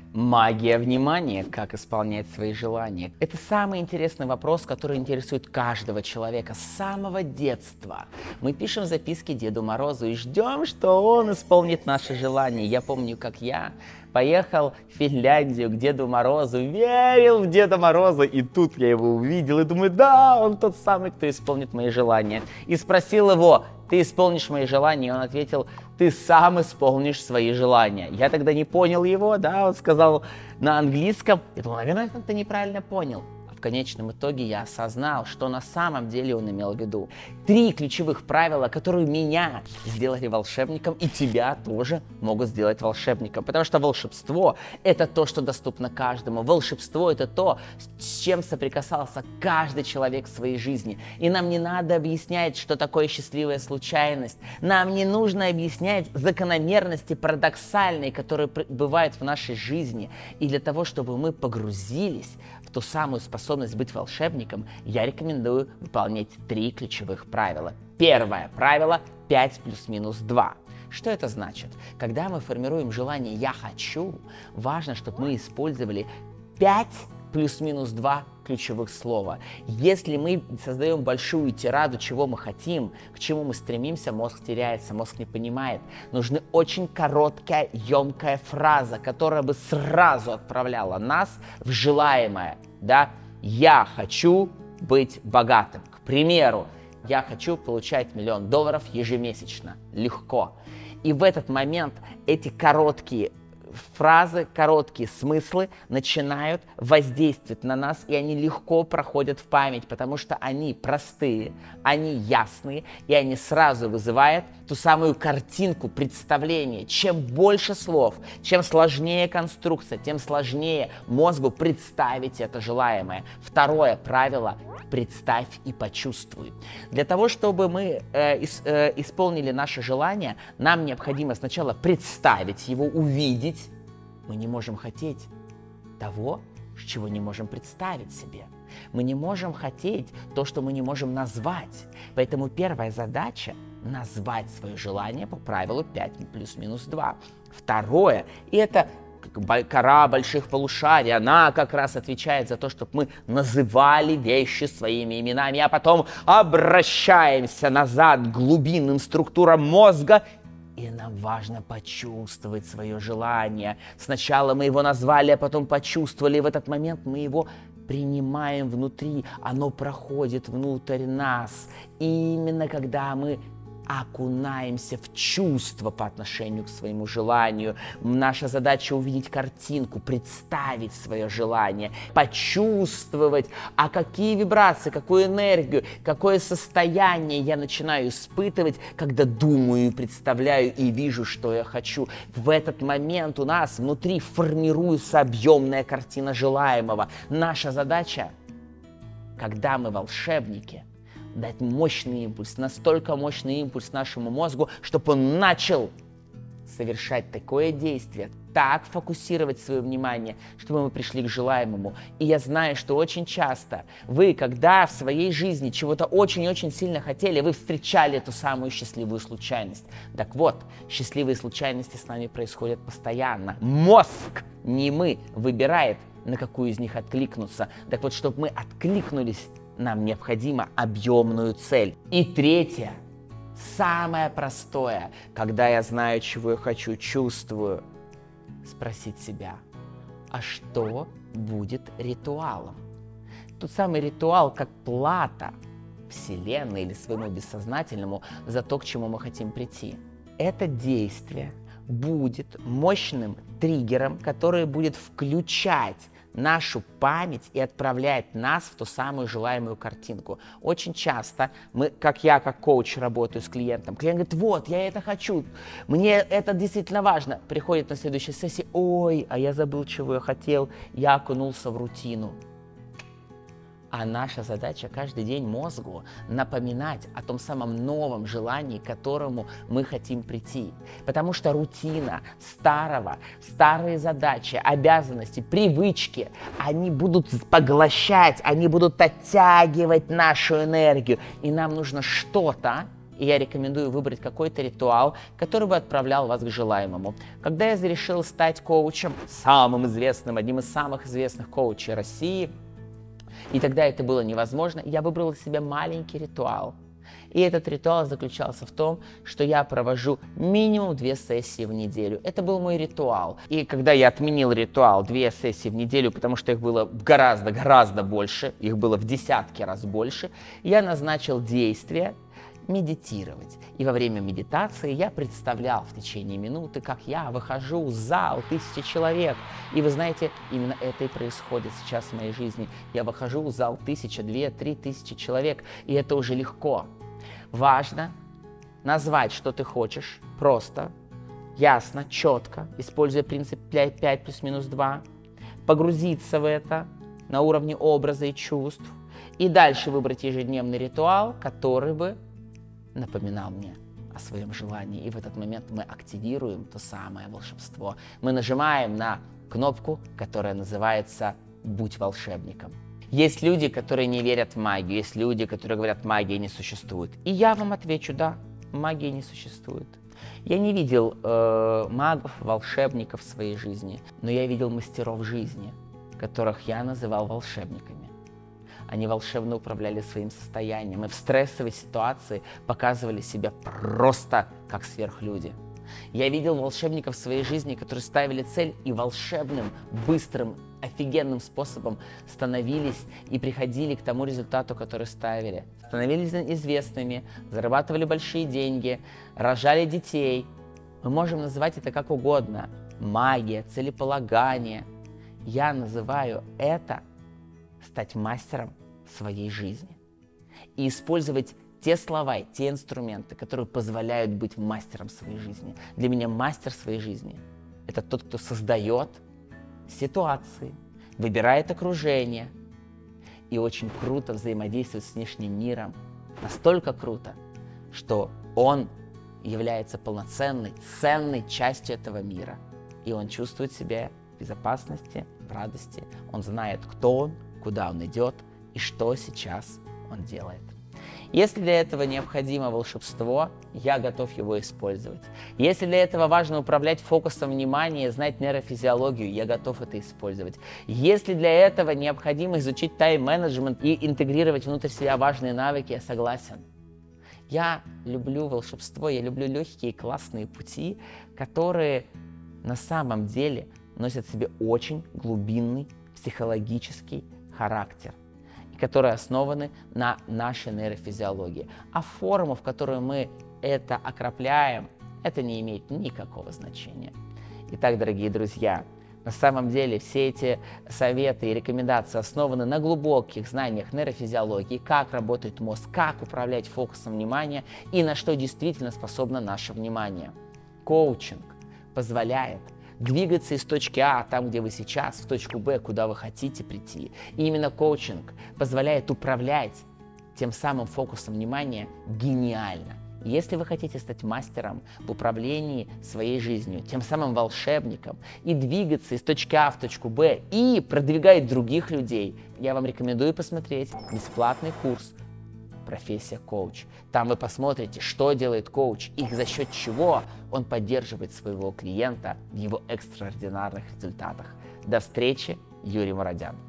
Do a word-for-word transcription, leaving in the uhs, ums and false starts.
Магия внимания. Как исполнять свои желания? Это самый интересный вопрос, который интересует каждого человека с самого детства. Мы пишем записки Деду Морозу и ждем, что он исполнит наши желания. Я помню, как я поехал в Финляндию к Деду Морозу, верил в Деда Мороза, и тут я его увидел и думаю, да, он тот самый, кто исполнит мои желания. И спросил его: ты исполнишь мои желания? И он ответил: ты сам исполнишь свои желания. Я тогда не понял его, да, он сказал на английском. Я думал, наверное, я как-то неправильно понял. А в конечном итоге я осознал, что на самом деле он имел в виду. Три ключевых правила, которые меня сделали волшебником, и тебя тоже могут сделать волшебником. Потому что волшебство — это то, что доступно каждому. Волшебство — это то, с чем соприкасался каждый человек в своей жизни. И нам не надо объяснять, что такое счастливая случайность. Нам не нужно объяснять закономерности парадоксальные, которые бывают в нашей жизни. И для того, чтобы мы погрузились в ту самую способность быть волшебником, я рекомендую выполнять три ключевых правила. Первое правило – пять плюс-минус два. Что это значит? Когда мы формируем желание «я хочу», важно, чтобы мы использовали пять плюс-минус два ключевых слова. Если мы создаем большую тираду, чего мы хотим, к чему мы стремимся, мозг теряется, мозг не понимает. Нужна очень короткая, емкая фраза, которая бы сразу отправляла нас в желаемое. Да? Я хочу быть богатым. К примеру, я хочу получать миллион долларов ежемесячно. Легко. И в этот момент эти короткие фразы, короткие смыслы начинают воздействовать на нас, и они легко проходят в память, потому что они простые, они ясные, и они сразу вызывают ту самую картинку, представление. Чем больше слов, чем сложнее конструкция, тем сложнее мозгу представить это желаемое. Второе правило – представь и почувствуй. Для того, чтобы мы э, ис, э, исполнили наше желание, нам необходимо сначала представить его, увидеть. Мы не можем хотеть того, чего не можем представить себе. Мы не можем хотеть то, что мы не можем назвать. Поэтому первая задача – назвать свое желание по правилу пять плюс-минус два. Второе – и это кора больших полушарий, она как раз отвечает за то, чтобы мы называли вещи своими именами, а потом обращаемся назад к глубинным структурам мозга. И нам важно почувствовать свое желание. Сначала мы его назвали, а потом почувствовали. И в этот момент мы его принимаем внутри. Оно проходит внутрь нас. И именно когда мы окунаемся в чувство по отношению к своему желанию, наша задача увидеть картинку, представить свое желание, почувствовать, а какие вибрации, какую энергию, какое состояние я начинаю испытывать, когда думаю, представляю и вижу, что я хочу. В этот момент у нас внутри формируется объемная картина желаемого. Наша задача, когда мы волшебники, дать мощный импульс, настолько мощный импульс нашему мозгу, чтобы он начал совершать такое действие, так фокусировать свое внимание, чтобы мы пришли к желаемому. И я знаю, что очень часто вы, когда в своей жизни чего-то очень-очень сильно хотели, вы встречали эту самую счастливую случайность. Так вот, счастливые случайности с нами происходят постоянно. Мозг, не мы, выбирает, на какую из них откликнуться. Так вот, чтобы мы откликнулись, нам необходимо объемную цель. И третье, самое простое, когда я знаю, чего я хочу, чувствую, спросить себя, а что будет ритуалом? Тот самый ритуал, как плата Вселенной или своему бессознательному за то, к чему мы хотим прийти. Это действие будет мощным триггером, который будет включать нашу память и отправляет нас в ту самую желаемую картинку. Очень часто мы, как я, как коуч, работаю с клиентом. Клиент говорит, вот, я это хочу, мне это действительно важно. Приходит на следующей сессии, ой, а я забыл, чего я хотел, я окунулся в рутину. А наша задача каждый день мозгу напоминать о том самом новом желании, к которому мы хотим прийти. Потому что рутина старого, старые задачи, обязанности, привычки, они будут поглощать, они будут оттягивать нашу энергию. И нам нужно что-то и я рекомендую выбрать какой-то ритуал, который бы отправлял вас к желаемому. Когда я решил стать коучем, самым известным, одним из самых известных коучей России, и тогда это было невозможно, я выбрал для себя маленький ритуал. И этот ритуал заключался в том, что я провожу минимум две сессии в неделю. Это был мой ритуал. И когда я отменил ритуал две сессии в неделю, потому что их было гораздо-гораздо больше, их было в десятки раз больше, я назначил действие медитировать. И во время медитации я представлял в течение минуты, как я выхожу в зал тысячи человек. И вы знаете, именно это и происходит сейчас в моей жизни. Я выхожу в зал тысяча, две, три тысячи человек, и это уже легко. Важно назвать, что ты хочешь, просто, ясно, четко, используя принцип пять плюс минус два, погрузиться в это на уровне образа и чувств, и дальше выбрать ежедневный ритуал, который бы напоминал мне о своем желании. И в этот момент мы активируем то самое волшебство. Мы нажимаем на кнопку, которая называется «Будь волшебником». Есть люди, которые не верят в магию, есть люди, которые говорят, магия не существует. И я вам отвечу, да, магия не существует. Я не видел э, магов, волшебников в своей жизни, но я видел мастеров жизни, которых я называл волшебниками. Они волшебно управляли своим состоянием и в стрессовой ситуации показывали себя просто как сверхлюди. Я видел волшебников в своей жизни, которые ставили цель и волшебным, быстрым, офигенным способом становились и приходили к тому результату, который ставили. Становились известными, зарабатывали большие деньги, рожали детей. Мы можем называть это как угодно. Магия, целеполагание. Я называю это стать мастером своей жизни и использовать те слова, те инструменты, которые позволяют быть мастером своей жизни. Для меня мастер своей жизни – это тот, кто создает ситуации, выбирает окружение и очень круто взаимодействует с внешним миром. Настолько круто, что он является полноценной, ценной частью этого мира. И он чувствует себя в безопасности, в радости. Он знает, кто он, куда он идет и что сейчас он делает. Если для этого необходимо волшебство, я готов его использовать. Если для этого важно управлять фокусом внимания, знать нейрофизиологию, я готов это использовать. Если для этого необходимо изучить тайм-менеджмент и интегрировать внутрь себя важные навыки, я согласен. Я люблю волшебство, я люблю легкие классные пути, которые на самом деле носят в себе очень глубинный психологический характер, которые основаны на нашей нейрофизиологии. А форму, в которую мы это окропляем, это не имеет никакого значения. Итак, дорогие друзья, на самом деле все эти советы и рекомендации основаны на глубоких знаниях нейрофизиологии, как работает мозг, как управлять фокусом внимания и на что действительно способно наше внимание. Коучинг позволяет двигаться из точки А, там, где вы сейчас, в точку Б, куда вы хотите прийти. И именно коучинг позволяет управлять тем самым фокусом внимания гениально. Если вы хотите стать мастером в управлении своей жизнью, тем самым волшебником, и двигаться из точки А в точку Б, и продвигать других людей, я вам рекомендую посмотреть бесплатный курс «Профессия коуч». Там вы посмотрите, что делает коуч и за счет чего он поддерживает своего клиента в его экстраординарных результатах. До встречи, Юрий Мурадян.